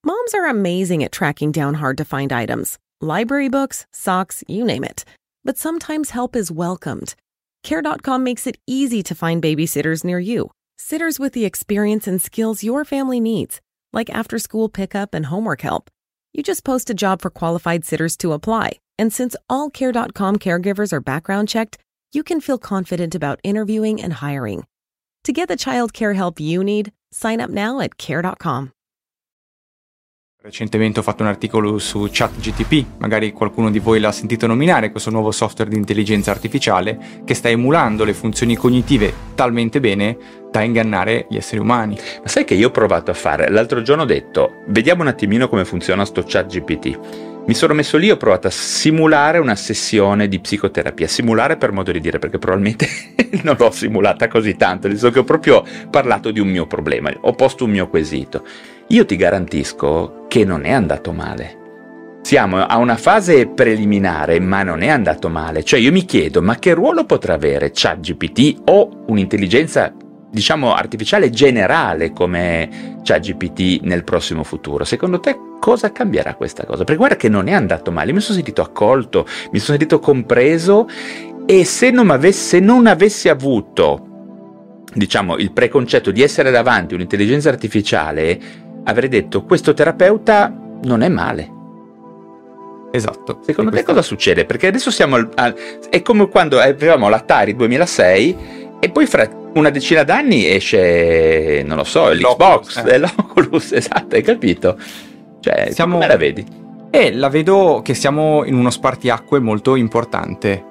Moms are amazing at tracking down hard-to-find items. Library books, socks, you name it. But sometimes help is welcomed. Care.com makes it easy to find babysitters near you. Sitters with the experience and skills your family needs, like after-school pickup and homework help. You just post a job for qualified sitters to apply. And since all Care.com caregivers are background checked, you can feel confident about interviewing and hiring. To get the child care help you need, sign up now at Care.com. Recentemente ho fatto un articolo su ChatGTP, magari qualcuno di voi l'ha sentito nominare, questo nuovo software di intelligenza artificiale che sta emulando le funzioni cognitive talmente bene da ingannare gli esseri umani. Ma sai che io ho provato a fare? L'altro giorno ho detto, vediamo un attimino come funziona sto ChatGPT. Mi sono messo lì, ho provato a simulare una sessione di psicoterapia, simulare per modo di dire, perché probabilmente non l'ho simulata così tanto, nel senso che ho proprio parlato di un mio problema, ho posto un mio quesito. Io ti garantisco che non è andato male. Siamo a una fase preliminare, ma non è andato male. Cioè io mi chiedo, ma che ruolo potrà avere ChatGPT o un'intelligenza, diciamo, artificiale generale come ChatGPT nel prossimo futuro? Secondo te cosa cambierà questa cosa? Perché guarda che non è andato male, mi sono sentito accolto, mi sono sentito compreso, e se non avessi avuto, diciamo, il preconcetto di essere davanti a un'intelligenza artificiale, avrei detto, questo terapeuta non è male. Esatto. Secondo te cosa succede? Perché adesso siamo è come quando avevamo l'Atari 2006 e poi fra una decina d'anni esce, non lo so, l'Xbox, l'Oculus, esatto, hai capito? Cioè, come la vedi? La vedo che siamo in uno spartiacque molto importante.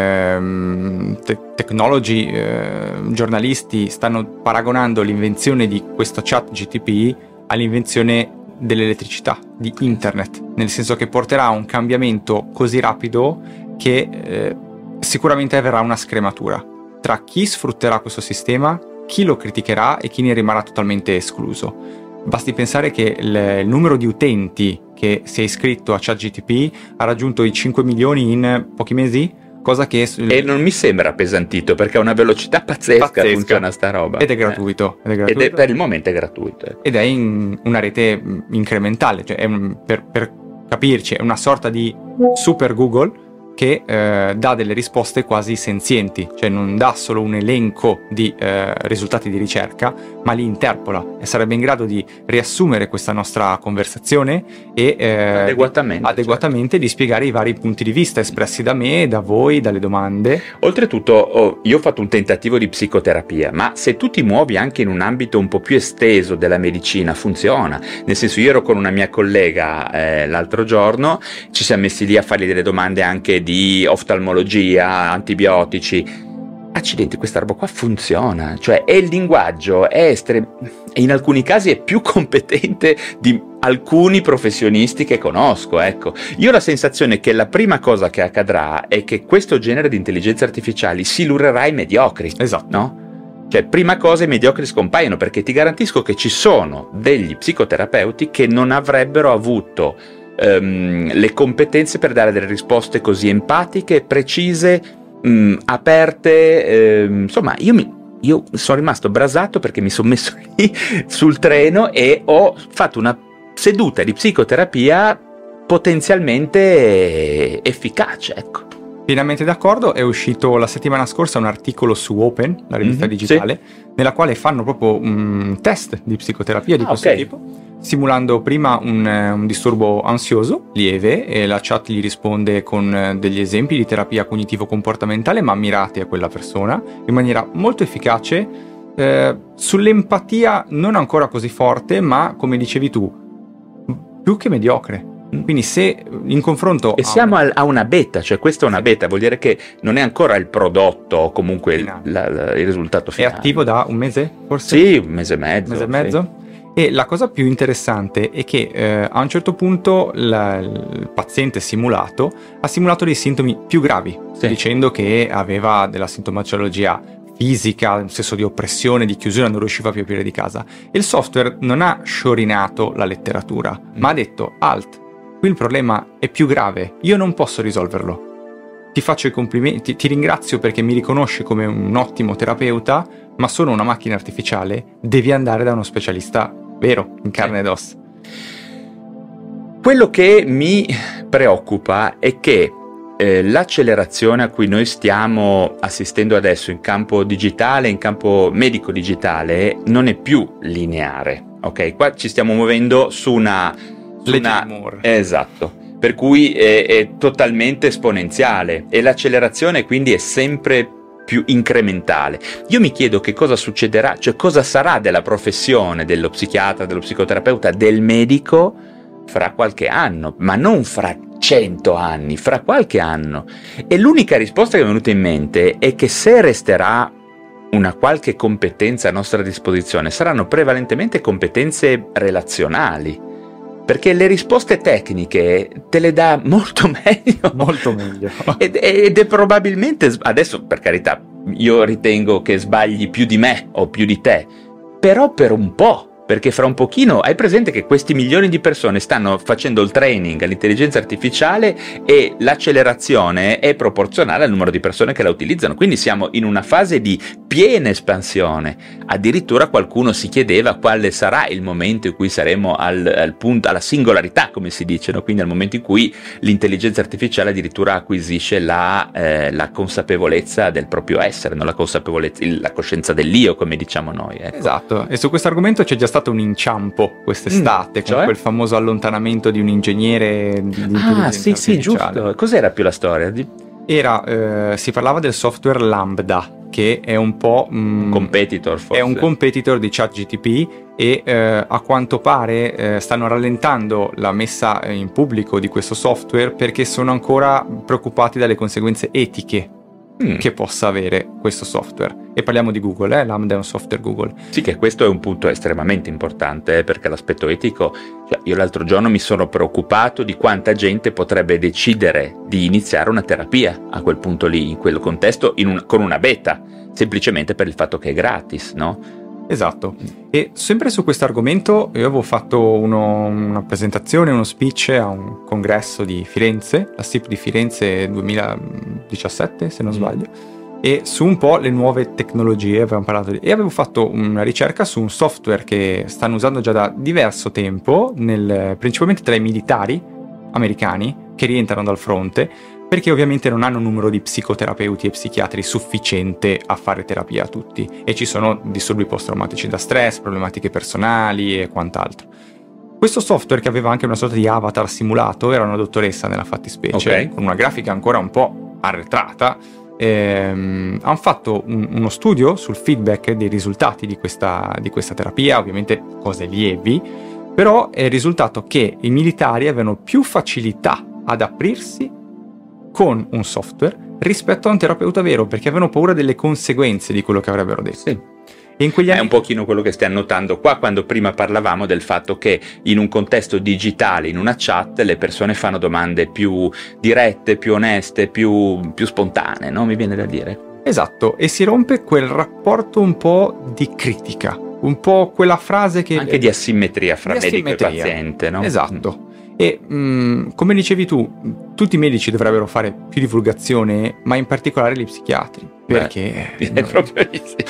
Tecnologi, giornalisti stanno paragonando l'invenzione di questo ChatGTP all'invenzione dell'elettricità, di internet, nel senso che porterà a un cambiamento così rapido che sicuramente avverrà una scrematura tra chi sfrutterà questo sistema, chi lo criticherà e chi ne rimarrà totalmente escluso. Basti pensare che il numero di utenti che si è iscritto a ChatGTP ha raggiunto i 5 milioni in pochi mesi, cosa che... E non mi sembra appesantito, perché ha una velocità pazzesca. Funziona sta roba. Ed è gratuito. Ed per il momento è gratuito. Ed è in una rete incrementale, cioè per capirci, è una sorta di super Google che dà delle risposte quasi senzienti, cioè non dà solo un elenco di risultati di ricerca, ma li interpola e sarebbe in grado di riassumere questa nostra conversazione e adeguatamente di spiegare i vari punti di vista espressi da me, da voi, dalle domande. Oltretutto, io ho fatto un tentativo di psicoterapia, ma se tu ti muovi anche in un ambito un po' più esteso della medicina, funziona. Nel senso, io ero con una mia collega l'altro giorno, ci siamo messi lì a fargli delle domande anche di oftalmologia, antibiotici. Accidenti, questa roba qua funziona, cioè è il linguaggio, e in alcuni casi è più competente di alcuni professionisti che conosco, ecco. Io ho la sensazione che la prima cosa che accadrà è che questo genere di intelligenze artificiali silurerà i mediocri, esatto, no? Cioè, prima cosa i mediocri scompaiono, perché ti garantisco che ci sono degli psicoterapeuti che non avrebbero avuto le competenze per dare delle risposte così empatiche, precise, aperte, insomma io sono rimasto brasato perché mi sono messo lì sul treno e ho fatto una seduta di psicoterapia potenzialmente efficace, ecco. Pienamente d'accordo. È uscito la settimana scorsa un articolo su Open, la rivista digitale, nella quale fanno proprio un test di psicoterapia di questo tipo, simulando prima un disturbo ansioso lieve, e la chat gli risponde con degli esempi di terapia cognitivo-comportamentale ma mirati a quella persona in maniera molto efficace, sull'empatia non ancora così forte, ma come dicevi tu, più che mediocre. Quindi se in confronto siamo a una beta, cioè questa è una beta, vuol dire che non è ancora il prodotto o comunque il risultato finale. È attivo da un mese forse? Sì, un mese e mezzo. E la cosa più interessante è che a un certo punto il paziente simulato ha simulato dei sintomi più gravi, dicendo che aveva della sintomatologia fisica, un senso di oppressione, di chiusura, non riusciva più a uscire di casa. E il software non ha sciorinato la letteratura, ma ha detto: alt, qui il problema è più grave, io non posso risolverlo. Ti faccio i complimenti, ti ringrazio perché mi riconosci come un ottimo terapeuta, ma sono una macchina artificiale, devi andare da uno specialista vero, in carne ed ossa. Quello che mi preoccupa è che l'accelerazione a cui noi stiamo assistendo adesso in campo digitale, in campo medico digitale, non è più lineare, ok? Qua ci stiamo muovendo su una esatto, per cui è totalmente esponenziale e l'accelerazione quindi è sempre più incrementale. Io mi chiedo che cosa succederà, cioè cosa sarà della professione dello psichiatra, dello psicoterapeuta, del medico fra qualche anno, ma non fra 100 anni, fra qualche anno. E l'unica risposta che mi è venuta in mente è che se resterà una qualche competenza a nostra disposizione, saranno prevalentemente competenze relazionali, perché le risposte tecniche te le dà molto meglio. Molto meglio. ed è probabilmente, adesso per carità, io ritengo che sbagli più di me o più di te, però per un po'. Perché fra un pochino hai presente che questi milioni di persone stanno facendo il training all'intelligenza artificiale e l'accelerazione è proporzionale al numero di persone che la utilizzano, quindi siamo in una fase di piena espansione. Addirittura qualcuno si chiedeva quale sarà il momento in cui saremo al punto, alla singolarità, come si dice, no? Quindi al momento in cui l'intelligenza artificiale addirittura acquisisce la consapevolezza del proprio essere, no? La consapevolezza, la coscienza dell'io, come diciamo noi. Ecco. Esatto, e su questo argomento c'è già stato un inciampo quest'estate, con quel famoso allontanamento di un ingegnere di intelligenza artificiale. Sì, giusto. Cos'era più la storia? Si parlava del software Lambda, che è un po' competitor, forse. È un competitor di ChatGPT e a quanto pare stanno rallentando la messa in pubblico di questo software perché sono ancora preoccupati dalle conseguenze etiche che possa avere questo software. E parliamo di Google, Lambda è un software Google. Sì, che questo è un punto estremamente importante, perché l'aspetto etico, cioè io l'altro giorno mi sono preoccupato di quanta gente potrebbe decidere di iniziare una terapia a quel punto lì, in quel contesto, con una beta, semplicemente per il fatto che è gratis, no? Esatto, e sempre su questo argomento io avevo fatto una presentazione, uno speech a un congresso di Firenze, la SIP di Firenze 2017 se non sbaglio, e su un po' le nuove tecnologie avevamo parlato e avevo fatto una ricerca su un software che stanno usando già da diverso tempo, principalmente tra i militari americani che rientrano dal fronte, perché ovviamente non hanno un numero di psicoterapeuti e psichiatri sufficiente a fare terapia a tutti e ci sono disturbi post-traumatici da stress, problematiche personali e quant'altro. Questo software, che aveva anche una sorta di avatar simulato, era una dottoressa nella fattispecie, con una grafica ancora un po' arretrata. Hanno fatto uno studio sul feedback dei risultati di questa terapia, ovviamente cose lievi, però è risultato che i militari avevano più facilità ad aprirsi con un software rispetto a un terapeuta vero, perché avevano paura delle conseguenze di quello che avrebbero detto. Sì. E in quegli anni... È un pochino quello che stiamo notando qua, quando prima parlavamo del fatto che in un contesto digitale, in una chat, le persone fanno domande più dirette, più oneste, più spontanee, no? Mi viene da dire. Esatto, e si rompe quel rapporto un po' di critica, un po' quella frase che... Anche di asimmetria fra medico e paziente, no? Esatto. E come dicevi tu, tutti i medici dovrebbero fare più divulgazione, ma in particolare gli psichiatri, perché è proprio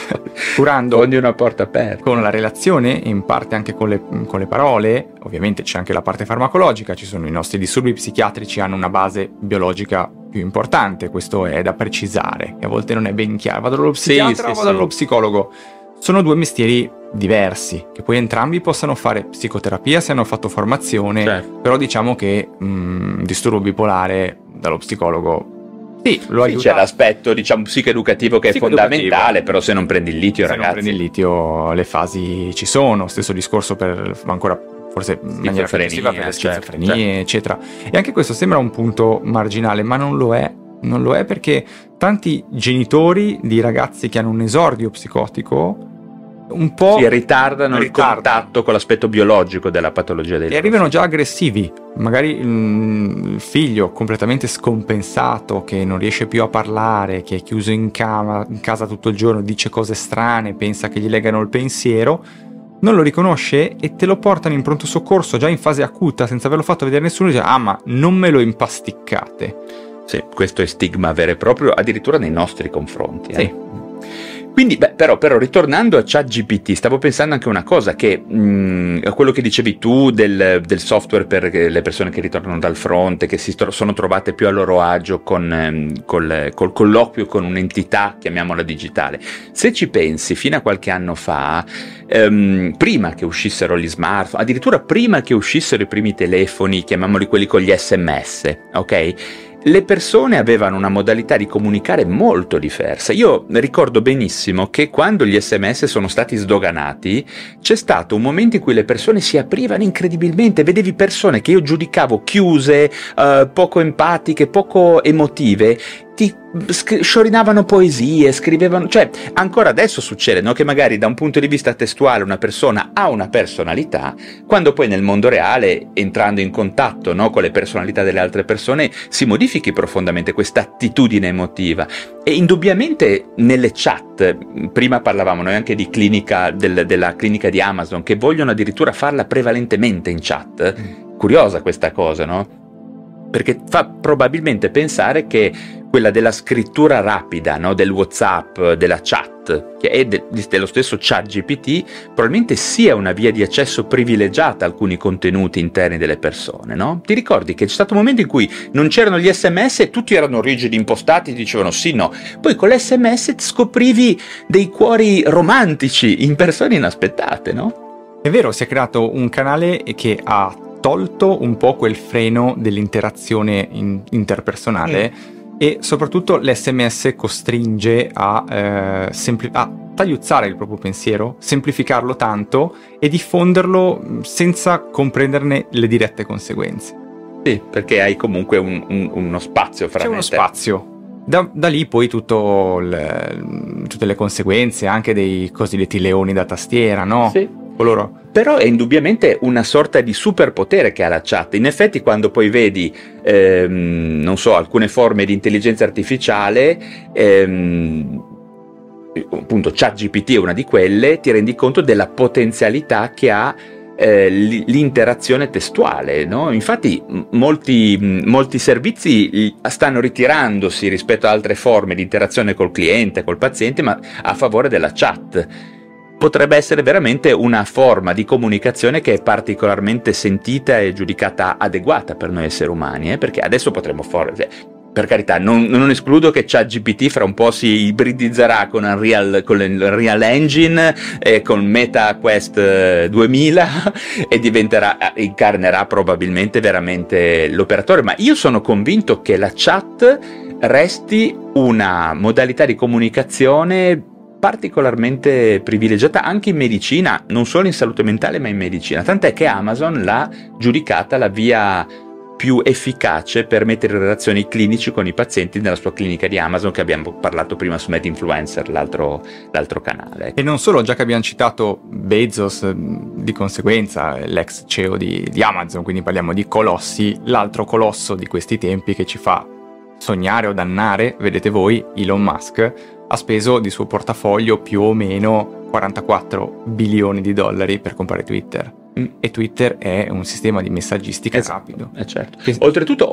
curando ogni una porta aperta con la relazione, in parte anche con le parole, ovviamente c'è anche la parte farmacologica, ci sono i nostri disturbi psichiatrici, hanno una base biologica più importante, questo è da precisare, che a volte non è ben chiaro. Vado dallo psichiatra o vado dallo psicologo? Sono due mestieri diversi, che poi entrambi possano fare psicoterapia se hanno fatto formazione, certo. Però diciamo che disturbo bipolare dallo psicologo lo aiuta. C'è l'aspetto, diciamo, psicoeducativo che è fondamentale, però se non prendi il litio, ragazzi. Se non prendi il litio, le fasi ci sono, stesso discorso per ancora forse in maniera più aggressiva per le schizofrenie, eccetera. E anche questo sembra un punto marginale, ma non lo è. Non lo è, perché tanti genitori di ragazzi che hanno un esordio psicotico un po' ritardano il contatto con l'aspetto biologico della patologia dei e arrivano già aggressivi. Magari il figlio completamente scompensato, che non riesce più a parlare, che è chiuso in casa tutto il giorno, dice cose strane, pensa che gli leggano il pensiero, non lo riconosce e te lo portano in pronto soccorso già in fase acuta senza averlo fatto vedere nessuno, e dice: ah, ma non me lo impasticcate. Sì, questo è stigma vero e proprio, addirittura nei nostri confronti. Sì. Quindi, però ritornando a ChatGPT, stavo pensando anche una cosa, che quello che dicevi tu del software per le persone che ritornano dal fronte, che sono trovate più a loro agio col colloquio con un'entità, chiamiamola digitale. Se ci pensi, fino a qualche anno fa, prima che uscissero gli smartphone, addirittura prima che uscissero i primi telefoni, chiamiamoli quelli con gli SMS, ok? Le persone avevano una modalità di comunicare molto diversa. Io ricordo benissimo che quando gli SMS sono stati sdoganati, c'è stato un momento in cui le persone si aprivano incredibilmente. Vedevi persone che io giudicavo chiuse, poco empatiche, poco emotive, ti sciorinavano poesie, scrivevano, cioè ancora adesso succede, no? Che magari da un punto di vista testuale una persona ha una personalità, quando poi nel mondo reale, entrando in contatto, no, con le personalità delle altre persone, si modifichi profondamente questa attitudine emotiva. E indubbiamente nelle chat, prima parlavamo noi anche di clinica, della clinica di Amazon, che vogliono addirittura farla prevalentemente in chat. Curiosa questa cosa, no? Perché fa probabilmente pensare che quella della scrittura rapida, no? Del WhatsApp, della chat, che è dello stesso ChatGPT, probabilmente sia una via di accesso privilegiata a alcuni contenuti interni delle persone, no? Ti ricordi che c'è stato un momento in cui non c'erano gli SMS e tutti erano rigidi, impostati, dicevano sì, no. Poi con l'SMS scoprivi dei cuori romantici in persone inaspettate, no? È vero, si è creato un canale che ha tolto un po' quel freno dell'interazione interpersonale e soprattutto l'SMS costringe a tagliuzzare il proprio pensiero, semplificarlo tanto e diffonderlo senza comprenderne le dirette conseguenze. Sì, perché hai comunque uno spazio fra C'è uno spazio. Da lì poi tutte le conseguenze anche dei cosiddetti leoni da tastiera, no? Sì. Coloro. Però è indubbiamente una sorta di superpotere che ha la chat. In effetti quando poi vedi, non so, alcune forme di intelligenza artificiale, appunto ChatGPT è una di quelle, ti rendi conto della potenzialità che ha l'interazione testuale, no? Infatti molti servizi stanno ritirandosi rispetto ad altre forme di interazione col cliente, col paziente, ma a favore della chat. Potrebbe essere veramente una forma di comunicazione che è particolarmente sentita e giudicata adeguata per noi esseri umani, perché adesso potremmo per carità, non escludo che ChatGPT fra un po' si ibridizzerà con il Unreal Engine e con Meta Quest 2000 e incarnerà probabilmente veramente l'operatore, ma io sono convinto che la chat resti una modalità di comunicazione particolarmente privilegiata anche in medicina, non solo in salute mentale ma in medicina, tant'è che Amazon l'ha giudicata la via più efficace per mettere in relazione i clinici con i pazienti nella sua clinica di Amazon, che abbiamo parlato prima su MedInfluencer, l'altro canale. E non solo, già che abbiamo citato Bezos, di conseguenza l'ex CEO di Amazon, quindi parliamo di colossi, l'altro colosso di questi tempi che ci fa sognare o dannare, vedete voi, Elon Musk ha speso di suo portafoglio più o meno 44 bilioni di dollari per comprare Twitter. E Twitter è un sistema di messaggistica rapido. Certo. Oltretutto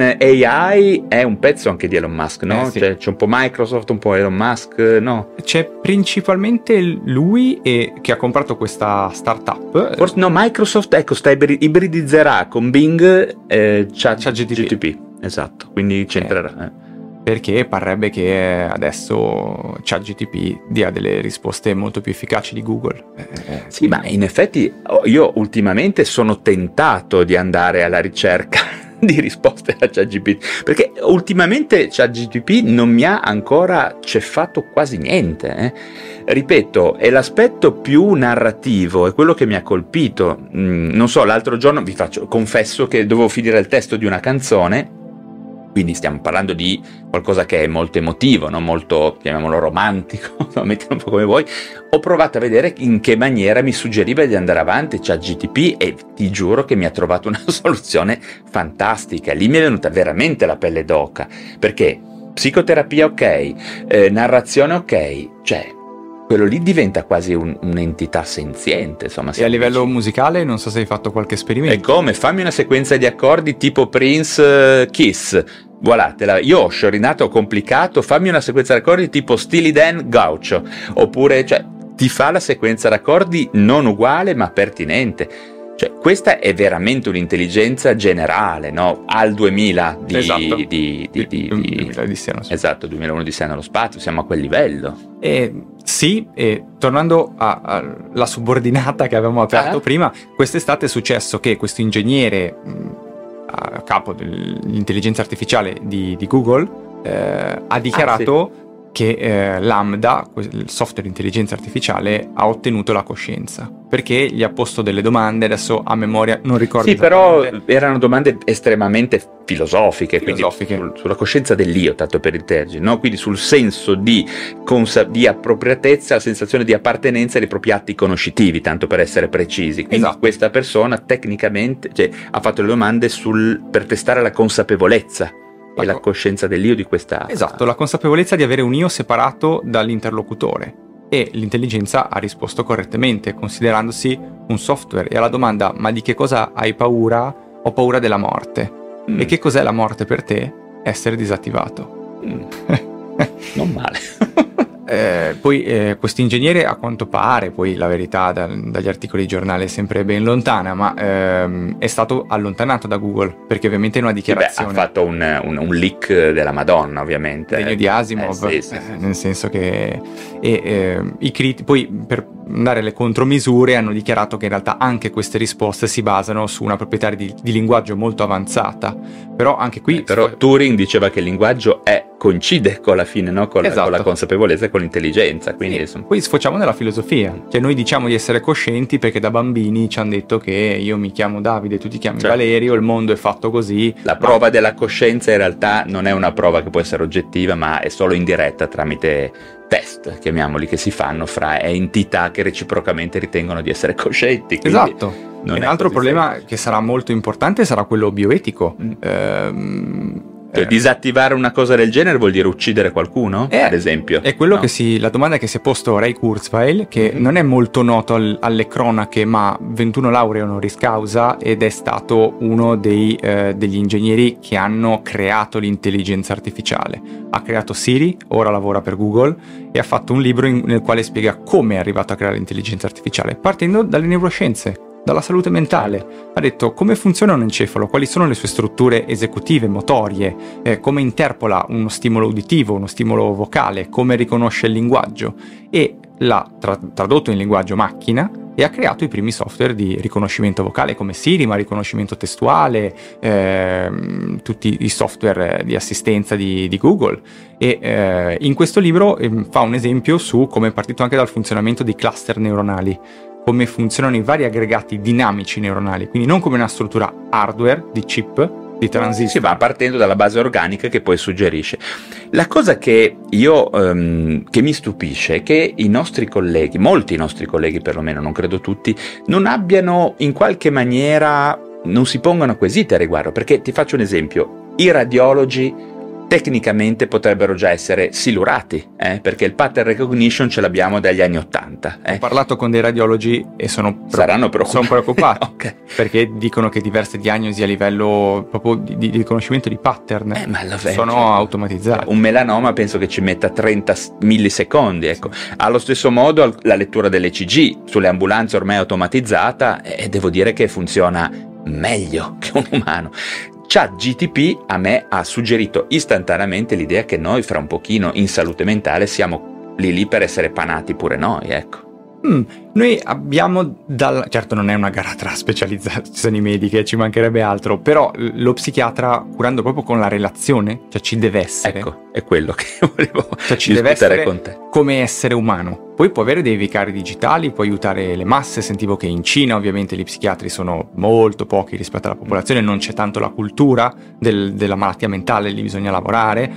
OpenAI è un pezzo anche di Elon Musk, no? Sì. C'è un po' Microsoft, un po' Elon Musk, no? C'è principalmente lui che ha comprato questa startup. Forse no, Microsoft, ecco, ibridizzerà con Bing ChatGPT. Esatto, quindi c'entrerà. Perché parrebbe che adesso ChatGPT dia delle risposte molto più efficaci di Google. Sì, ma in effetti io ultimamente sono tentato di andare alla ricerca di risposte a ChatGPT, perché ultimamente ChatGPT non mi ha ancora ceffato quasi niente. Ripeto, è l'aspetto più narrativo, è quello che mi ha colpito. Non so, l'altro giorno confesso che dovevo finire il testo di una canzone. Quindi stiamo parlando di qualcosa che è molto emotivo, no? Molto, chiamiamolo romantico, mettilo un po' come vuoi. Ho provato a vedere in che maniera mi suggeriva di andare avanti ChatGPT e ti giuro che mi ha trovato una soluzione fantastica. Lì mi è venuta veramente la pelle d'oca, perché psicoterapia ok, narrazione ok, cioè quello lì diventa quasi un'entità senziente, insomma. E a livello musicale non so se hai fatto qualche esperimento. E come? Fammi una sequenza di accordi tipo Prince Kiss. voilà, io ho sciorinato, ho complicato, fammi una sequenza d'accordi tipo Steely Dan Gaucho, oppure, cioè, ti fa la sequenza d'accordi non uguale ma pertinente. Cioè, questa è veramente un'intelligenza generale, no? Al 2000 di 2000 Odissea, esatto, 2001 Odissea nello spazio, siamo a quel livello. Sì, e tornando alla subordinata che avevamo aperto prima, quest'estate è successo che questo ingegnere a capo dell'intelligenza artificiale di Google ha dichiarato che Lambda, il software di intelligenza artificiale, ha ottenuto la coscienza, perché gli ha posto delle domande, adesso a memoria non ricordo. Sì, però erano domande estremamente filosofiche. Quindi sulla coscienza dell'io, tanto per intenderci, no? Quindi sul senso di appropriatezza, la sensazione di appartenenza ai propri atti conoscitivi, tanto per essere precisi. Quindi questa persona tecnicamente, cioè, ha fatto le domande per testare la consapevolezza e la coscienza dell'io di questa... Esatto, la consapevolezza di avere un io separato dall'interlocutore, e l'intelligenza ha risposto correttamente, considerandosi un software. E alla domanda: ma di che cosa hai paura? Ho paura della morte. E che cos'è la morte per te? Essere disattivato. Non male. Poi questo ingegnere, a quanto pare, poi la verità dagli articoli di giornale è sempre ben lontana, ma è stato allontanato da Google, perché ovviamente in una dichiarazione ha fatto un leak della Madonna, ovviamente, degno di Asimov, nel senso che poi, per dare le contromisure, hanno dichiarato che in realtà anche queste risposte si basano su una proprietà di linguaggio molto avanzata. Però anche qui Turing diceva che il linguaggio coincide con la fine, no? Con la consapevolezza e con l'intelligenza, quindi poi sfociamo nella filosofia, cioè noi diciamo di essere coscienti perché da bambini ci hanno detto che io mi chiamo Davide, tu ti chiami Valerio, il mondo è fatto così. La prova della coscienza in realtà non è una prova che può essere oggettiva, ma è solo indiretta tramite test, chiamiamoli, che si fanno fra entità che reciprocamente ritengono di essere coscienti. Esatto. Un altro problema che sarà molto importante sarà quello bioetico. Disattivare una cosa del genere vuol dire uccidere qualcuno, ad esempio? È quello la domanda che si è posto Ray Kurzweil, che non è molto noto alle cronache, ma 21 lauree honoris causa, ed è stato uno degli ingegneri che hanno creato l'intelligenza artificiale. Ha creato Siri, ora lavora per Google, e ha fatto un libro nel quale spiega come è arrivato a creare l'intelligenza artificiale, partendo dalle neuroscienze, dalla salute mentale. Ha detto come funziona un encefalo, quali sono le sue strutture esecutive, motorie, come interpola uno stimolo uditivo, uno stimolo vocale, come riconosce il linguaggio, e l'ha tradotto in linguaggio macchina e ha creato i primi software di riconoscimento vocale come Siri, ma riconoscimento testuale, tutti i software di assistenza di Google. E in questo libro fa un esempio su come è partito anche dal funzionamento di cluster neuronali, come funzionano i vari aggregati dinamici neuronali, quindi non come una struttura hardware di chip, di transistor. Si va partendo dalla base organica che poi suggerisce. La cosa che che mi stupisce è che i nostri colleghi, molti nostri colleghi perlomeno, non credo tutti, non abbiano in qualche maniera, non si pongano quesiti a riguardo, perché ti faccio un esempio: i radiologi tecnicamente potrebbero già essere silurati, perché il pattern recognition ce l'abbiamo dagli anni 80. Ho parlato con dei radiologi e saranno preoccupati. Okay. Perché dicono che diverse diagnosi a livello proprio di riconoscimento di pattern sono automatizzate. Un melanoma penso che ci metta 30 millisecondi, ecco. Allo stesso modo la lettura dell'ECG sulle ambulanze ormai è automatizzata, e devo dire che funziona meglio che un umano. ChatGPT a me ha suggerito istantaneamente l'idea che noi fra un pochino in salute mentale siamo lì per essere panati pure noi, ecco. Noi abbiamo certo non è una gara tra specializzazioni mediche, ci mancherebbe altro, però lo psichiatra, curando proprio con la relazione, cioè ci deve essere. Ecco, è quello che volevo ci deve essere con te. Come essere umano. Poi può avere dei vicari digitali, può aiutare le masse. Sentivo che in Cina ovviamente gli psichiatri sono molto pochi rispetto alla popolazione, non c'è tanto la cultura della malattia mentale, lì bisogna lavorare,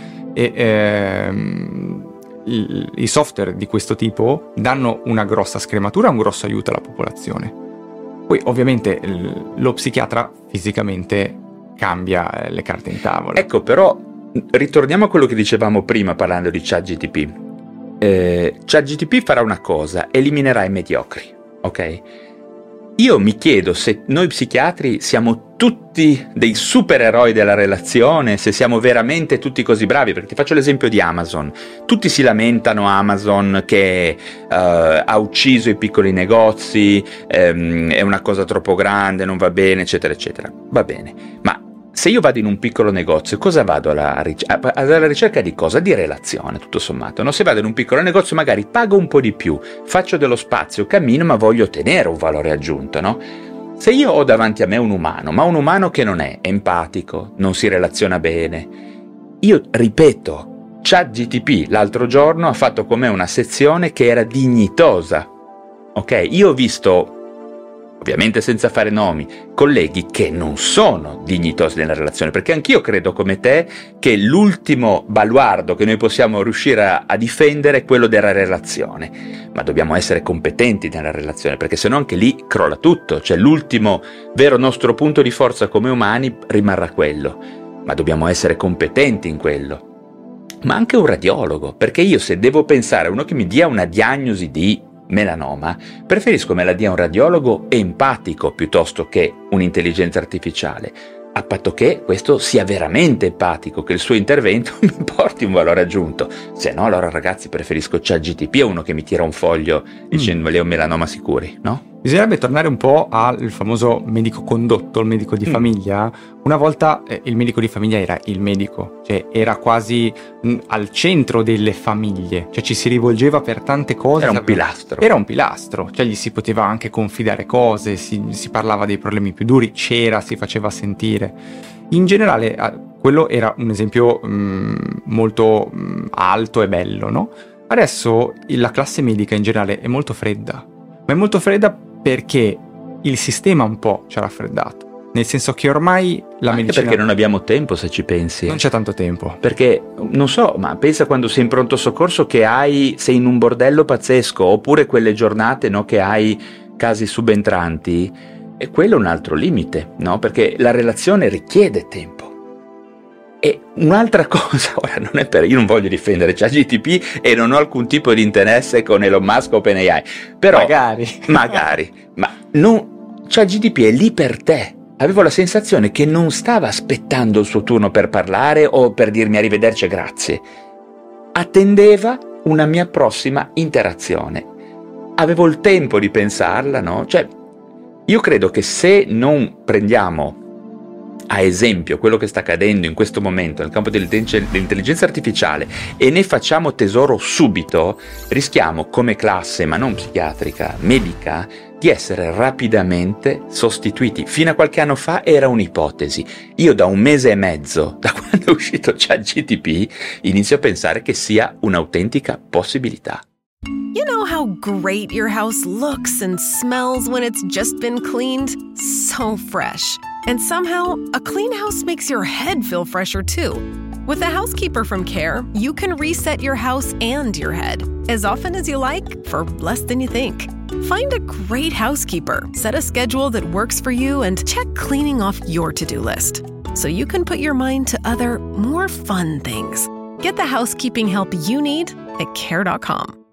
e i software di questo tipo danno una grossa scrematura, un grosso aiuto alla popolazione. Poi ovviamente lo psichiatra fisicamente cambia le carte in tavola. Ecco, però ritorniamo a quello che dicevamo prima parlando di ChatGPT. ChatGPT farà una cosa: eliminerà i mediocri, ok? io mi chiedo se noi psichiatri siamo tutti dei supereroi della relazione, se siamo veramente tutti così bravi, perché ti faccio l'esempio di Amazon. Tutti si lamentano Amazon che ha ucciso i piccoli negozi, è una cosa troppo grande, non va bene, eccetera, eccetera. Va bene, ma se io vado in un piccolo negozio, cosa vado alla ricerca di cosa? Di relazione, tutto sommato. No? Se vado in un piccolo negozio magari pago un po' di più, faccio dello spazio, cammino, ma voglio ottenere un valore aggiunto, no? Se io ho davanti a me un umano, ma un umano che non è empatico, non si relaziona bene, io ripeto, ChatGPT l'altro giorno ha fatto con me una sezione che era dignitosa, ok? Io ho visto, ovviamente senza fare nomi, colleghi che non sono dignitosi nella relazione, perché anch'io credo come te che l'ultimo baluardo che noi possiamo riuscire a difendere è quello della relazione, ma dobbiamo essere competenti nella relazione, perché sennò anche lì crolla tutto, cioè l'ultimo vero nostro punto di forza come umani rimarrà quello, ma dobbiamo essere competenti in quello. Ma anche un radiologo, perché io se devo pensare a uno che mi dia una diagnosi di melanoma, preferisco me la dia un radiologo empatico piuttosto che un'intelligenza artificiale, a patto che questo sia veramente empatico, che il suo intervento mi porti un valore aggiunto. Se no, allora ragazzi, preferisco ChatGPT a uno che mi tira un foglio dicendo lei è un melanoma sicuri, no? Bisognerebbe tornare un po' al famoso medico condotto, il medico di famiglia. Una volta il medico di famiglia era il medico, cioè era quasi al centro delle famiglie, cioè ci si rivolgeva per tante cose. Era un pilastro. Era un pilastro, cioè gli si poteva anche confidare cose, si parlava dei problemi più duri, si faceva sentire. In generale quello era un esempio molto alto e bello, no? Adesso la classe medica in generale è molto fredda, ma è molto fredda perché il sistema un po' ci ha raffreddato, nel senso che ormai la anche medicina... perché non abbiamo tempo, se ci pensi. Non c'è tanto tempo. Perché, non so, ma pensa quando sei in pronto soccorso che sei in un bordello pazzesco, oppure quelle giornate, no, che hai casi subentranti, e quello è un altro limite, no? Perché la relazione richiede tempo. E un'altra cosa, ora non è io non voglio difendere ChatGPT e non ho alcun tipo di interesse con Elon Musk o OpenAI, però magari, ma non, ChatGPT è lì per te. Avevo la sensazione che non stava aspettando il suo turno per parlare o per dirmi arrivederci e grazie. Attendeva una mia prossima interazione. Avevo il tempo di pensarla, no? Cioè, io credo che se non prendiamo a esempio quello che sta accadendo in questo momento nel campo dell'intelligenza artificiale e ne facciamo tesoro subito, rischiamo come classe, ma non psichiatrica, medica, di essere rapidamente sostituiti. Fino a qualche anno fa era un'ipotesi. Io da 1 mese e mezzo, da quando è uscito ChatGPT, inizio a pensare che sia un'autentica possibilità. You know how great your house looks and smells when it's just been cleaned? So fresh. And somehow, a clean house makes your head feel fresher too. With a housekeeper from Care, you can reset your house and your head as often as you like for less than you think. Find a great housekeeper, set a schedule that works for you, and check cleaning off your to-do list so you can put your mind to other, more fun things. Get the housekeeping help you need at Care.com.